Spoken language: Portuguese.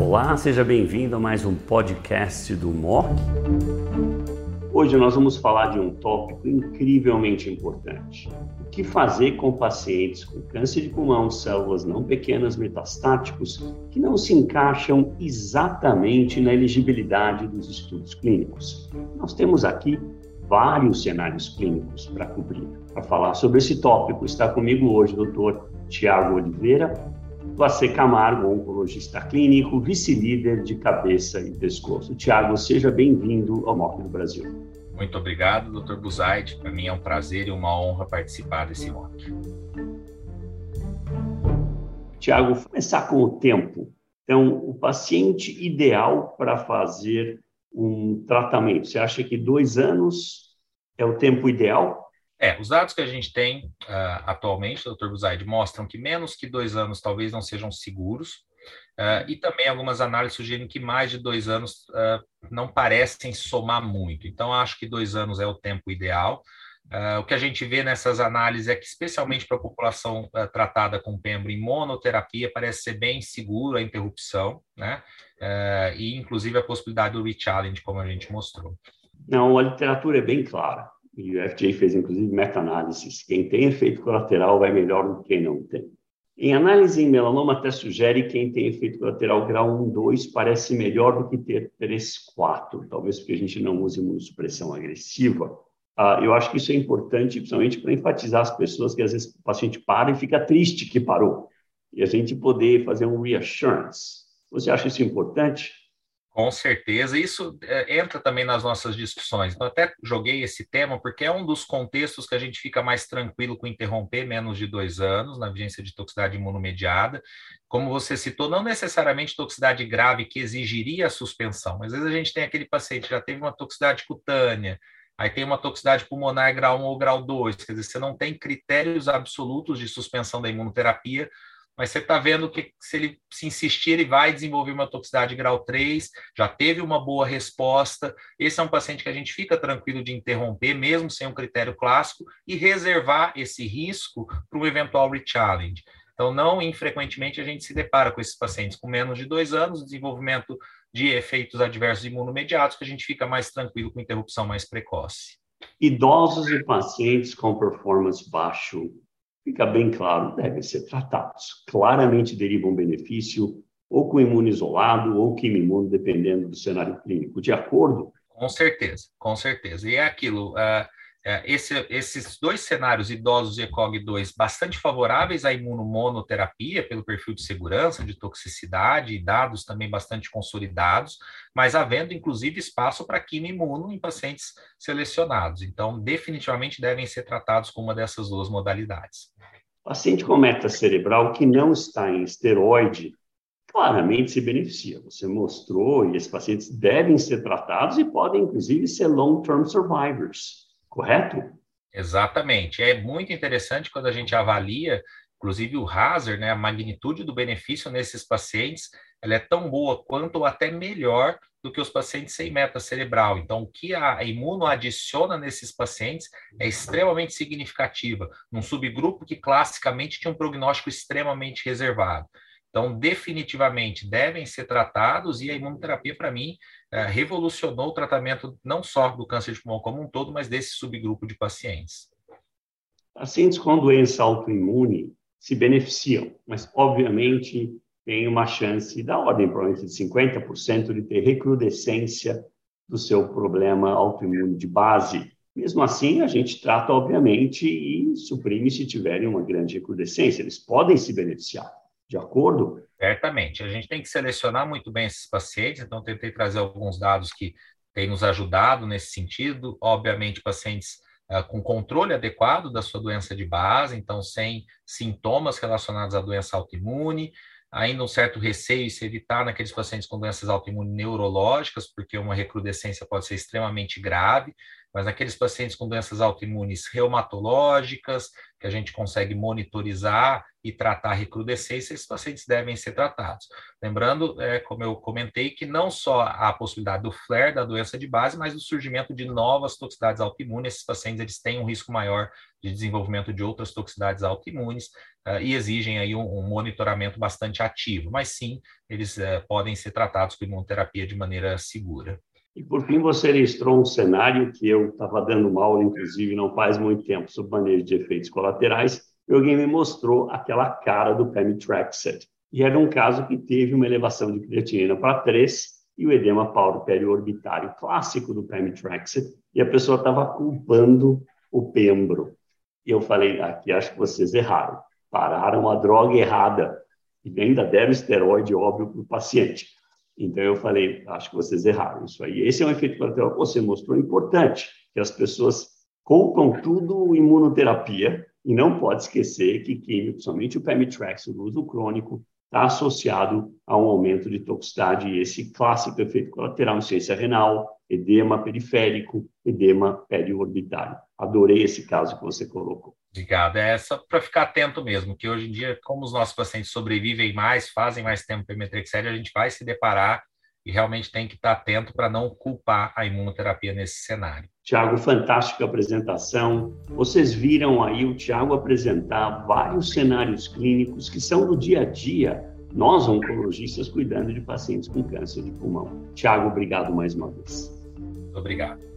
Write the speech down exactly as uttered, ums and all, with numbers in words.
Olá, seja bem-vindo a mais um podcast do M O C. Hoje nós vamos falar de um tópico incrivelmente importante. O que fazer com pacientes com câncer de pulmão, células não pequenas, metastáticos, que não se encaixam exatamente na elegibilidade dos estudos clínicos. Nós temos aqui vários cenários clínicos para cobrir. Para falar sobre esse tópico, está comigo hoje o doutor Tiago Oliveira, do A C Camargo, oncologista clínico, vice-líder de cabeça e pescoço. Tiago, seja bem-vindo ao M O C do Brasil. Muito obrigado, doutor Buzaid. Para mim é um prazer e uma honra participar desse M O C. Tiago, vou começar com o tempo. Então, o paciente ideal para fazer um tratamento, você acha que dois anos é o tempo ideal? É, os dados que a gente tem uh, atualmente, doutor Buzaid, mostram que menos que dois anos talvez não sejam seguros, uh, e também algumas análises sugerem que mais de dois anos uh, não parecem somar muito. Então, acho que dois anos é o tempo ideal. Uh, o que a gente vê nessas análises é que, especialmente para a população uh, tratada com pembro em monoterapia, parece ser bem seguro a interrupção, né? Uh, e, inclusive, a possibilidade do re-challenge, como a gente mostrou. Não, a literatura é bem clara. E o F D A fez, inclusive, meta-análises. Quem tem efeito colateral vai melhor do que quem não tem. Em análise em melanoma, até sugere que quem tem efeito colateral grau um, dois parece melhor do que ter três, quatro. Talvez porque a gente não use imunossupressão agressiva. Uh, eu acho que isso é importante, principalmente para enfatizar as pessoas que às vezes o paciente para e fica triste que parou. E a gente poder fazer um reassurance. Você acha isso importante? Com certeza, isso é, entra também nas nossas discussões. Então, até joguei esse tema porque é um dos contextos que a gente fica mais tranquilo com interromper menos de dois anos na vigência de toxicidade imunomediada. Como você citou, não necessariamente toxicidade grave que exigiria a suspensão, mas às vezes a gente tem aquele paciente que já teve uma toxicidade cutânea, aí tem uma toxicidade pulmonar grau um ou grau dois, quer dizer, você não tem critérios absolutos de suspensão da imunoterapia, mas você está vendo que se ele se insistir, ele vai desenvolver uma toxicidade grau três, já teve uma boa resposta. Esse é um paciente que a gente fica tranquilo de interromper, mesmo sem um critério clássico, e reservar esse risco para um eventual re-challenge. Então, não infrequentemente a gente se depara com esses pacientes com menos de dois anos, desenvolvimento de efeitos adversos imunomediatos, que a gente fica mais tranquilo com interrupção mais precoce. Idosos e pacientes com performance baixo, fica bem claro, devem ser tratados. Claramente derivam benefício ou com imuno isolado ou quimio-imuno, dependendo do cenário clínico. De acordo? Com certeza, com certeza. E é aquilo, uh, uh, esse, esses dois cenários, idosos e E C O G dois, bastante favoráveis à imunomonoterapia, pelo perfil de segurança, de toxicidade, e dados também bastante consolidados, mas havendo, inclusive, espaço para quimio-imuno em pacientes selecionados. Então, definitivamente devem ser tratados com uma dessas duas modalidades. Paciente com meta cerebral que não está em esteroide, claramente se beneficia. Você mostrou, e esses pacientes devem ser tratados e podem, inclusive, ser long-term survivors, correto? Exatamente. É muito interessante quando a gente avalia, inclusive o hazard, né, a magnitude do benefício nesses pacientes, ela é tão boa quanto ou até melhor do que os pacientes sem meta cerebral. Então, o que a imuno adiciona nesses pacientes é extremamente significativa, num subgrupo que classicamente tinha um prognóstico extremamente reservado. Então, definitivamente devem ser tratados, e a imunoterapia, para mim, revolucionou o tratamento não só do câncer de pulmão como um todo, mas desse subgrupo de pacientes. Pacientes com doença autoimune se beneficiam, mas, obviamente, tem uma chance da ordem, provavelmente, de cinquenta por cento de ter recrudescência do seu problema autoimune de base. Mesmo assim, a gente trata, obviamente, e suprime se tiverem uma grande recrudescência. Eles podem se beneficiar. De acordo? Certamente. A gente tem que selecionar muito bem esses pacientes, então tentei trazer alguns dados que têm nos ajudado nesse sentido. Obviamente, pacientes uh, com controle adequado da sua doença de base, então sem sintomas relacionados à doença autoimune, ainda um certo receio em se evitar naqueles pacientes com doenças autoimunes neurológicas, porque uma recrudescência pode ser extremamente grave, mas naqueles pacientes com doenças autoimunes reumatológicas, que a gente consegue monitorizar e tratar a recrudescência, esses pacientes devem ser tratados. Lembrando, é, como eu comentei, que não só há a possibilidade do flare da doença de base, mas do surgimento de novas toxicidades autoimunes. Esses pacientes eles têm um risco maior de desenvolvimento de outras toxicidades autoimunes uh, e exigem aí um, um monitoramento bastante ativo, mas sim, eles uh, podem ser tratados com imunoterapia de maneira segura. E, por fim, você listrou um cenário que eu estava dando uma aula, inclusive, não faz muito tempo, sobre manejo de efeitos colaterais, e alguém me mostrou aquela cara do pemetrexed. E era um caso que teve uma elevação de creatinina para três e o edema periorbitário clássico do pemetrexed, e a pessoa estava culpando o pembro. E eu falei, aqui acho que vocês erraram, pararam a droga errada, e ainda deram esteroide, óbvio, para o paciente. Então, eu falei, acho que vocês erraram isso aí. Esse é um efeito colateral que você mostrou importante, que as pessoas culpam tudo imunoterapia, e não pode esquecer que químico, somente o pemetrexed, o uso crônico, está associado a um aumento de toxicidade, e esse clássico efeito colateral, insuficiência renal, edema periférico, edema periorbitário. Adorei esse caso que você colocou. Obrigado. É só para ficar atento mesmo, que hoje em dia, como os nossos pacientes sobrevivem mais, fazem mais tempo pemetrexed, a gente vai se deparar e realmente tem que estar atento para não culpar a imunoterapia nesse cenário. Tiago, fantástica apresentação. Vocês viram aí o Tiago apresentar vários cenários clínicos que são do dia a dia, nós oncologistas cuidando de pacientes com câncer de pulmão. Tiago, obrigado mais uma vez. Obrigado.